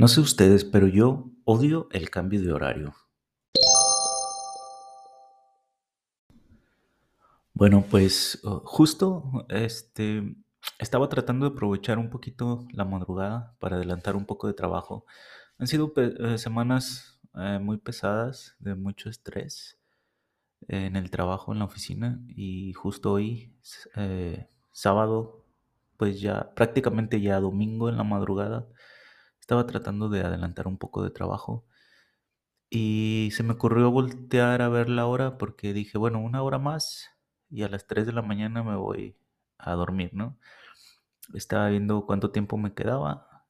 No sé ustedes, pero yo odio el cambio de horario. Bueno, pues justo estaba tratando de aprovechar un poquito la madrugada para adelantar un poco de trabajo. Han sido semanas muy pesadas, de mucho estrés en el trabajo, en la oficina, y justo hoy, sábado, pues ya prácticamente ya domingo en la madrugada, estaba tratando de adelantar un poco de trabajo. Y se me ocurrió voltear a ver la hora porque dije, bueno, una hora más y a las 3 de la mañana me voy a dormir, ¿no? Estaba viendo cuánto tiempo me quedaba.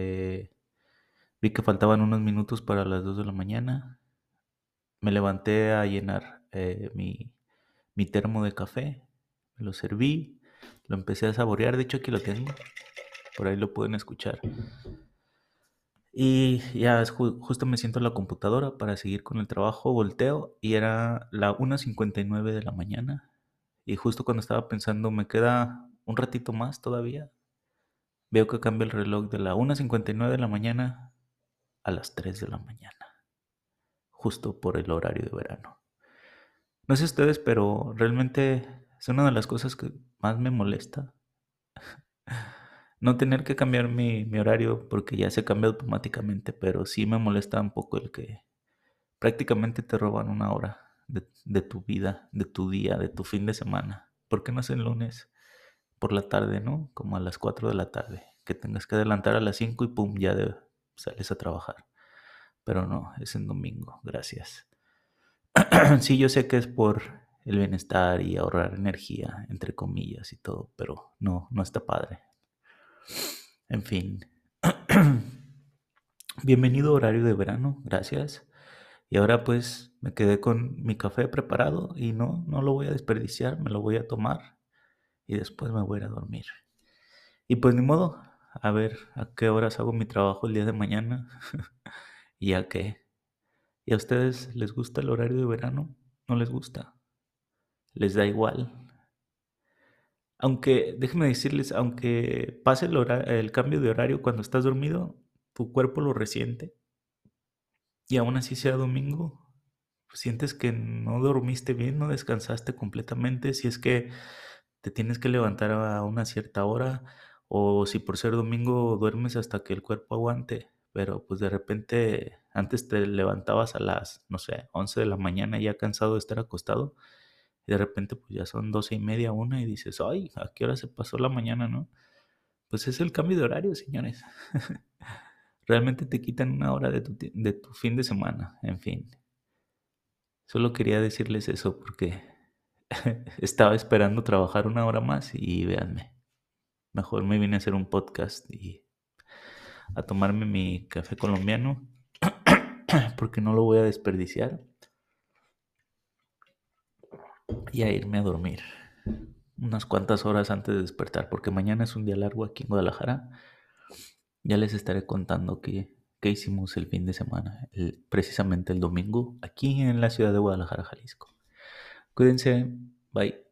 Vi que faltaban unos minutos para las 2 de la mañana. Me levanté a llenar mi termo de café. Me lo serví, lo empecé a saborear. De hecho, aquí lo tengo. Por ahí lo pueden escuchar. Y ya justo me siento en la computadora para seguir con el trabajo, volteo y era la 1:59 de la mañana. Y justo cuando estaba pensando, me queda un ratito más todavía, veo que cambia el reloj de la 1:59 de la mañana a las 3 de la mañana, justo por el horario de verano. No sé ustedes, pero realmente es una de las cosas que más me molesta. No tener que cambiar mi horario porque ya se cambia automáticamente, pero sí me molesta un poco el que prácticamente te roban una hora de tu vida, de tu día, de tu fin de semana. ¿Por qué no es el lunes por la tarde, no? Como a las 4 de la tarde, que tengas que adelantar a las 5 y pum, sales a trabajar. Pero no, es en domingo, gracias. Sí, yo sé que es por el bienestar y ahorrar energía, entre comillas y todo, pero no, no está padre. En fin. Bienvenido horario de verano, gracias. Y ahora pues me quedé con mi café preparado y no, no lo voy a desperdiciar, me lo voy a tomar y después me voy a ir a dormir. Y pues ni modo, a ver a qué horas hago mi trabajo el día de mañana y a qué. ¿Y a ustedes les gusta el horario de verano? ¿No les gusta? ¿Les da igual? Aunque, déjenme decirles, aunque pase el cambio de horario cuando estás dormido, tu cuerpo lo resiente y aún así sea domingo, sientes que no dormiste bien, no descansaste completamente, si es que te tienes que levantar a una cierta hora o si por ser domingo duermes hasta que el cuerpo aguante, pero pues de repente antes te levantabas a las, no sé, 11 de la mañana ya cansado de estar acostado y de repente pues ya son 12:30, una y dices, ay, ¿a qué hora se pasó la mañana, no? Pues es el cambio de horario, señores. Realmente te quitan una hora de tu fin de semana, en fin. Solo quería decirles eso porque estaba esperando trabajar una hora más y véanme. Mejor me vine a hacer un podcast y a tomarme mi café colombiano porque no lo voy a desperdiciar y a irme a dormir unas cuantas horas antes de despertar porque mañana es un día largo aquí en Guadalajara. Ya les estaré contando qué hicimos el fin de semana, precisamente el domingo, aquí en la ciudad de Guadalajara, Jalisco. Cuídense, bye.